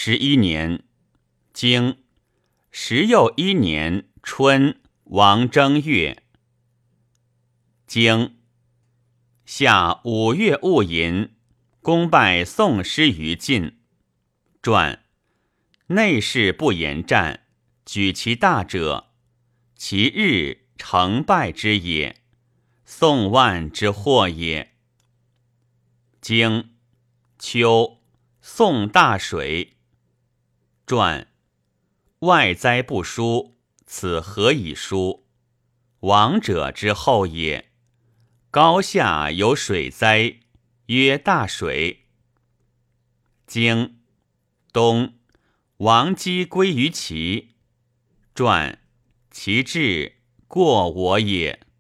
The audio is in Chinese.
11年，经时又1年春，王正月。经夏5月戊寅，公拜宋师于晋。传内事不言战，举其大者，其日成败之也，宋万之祸也。经秋，宋大水。传外灾不殊，此何以殊？亡者之后也。高下有水灾，曰大水。经冬，王姬归于齐。传其志过我也。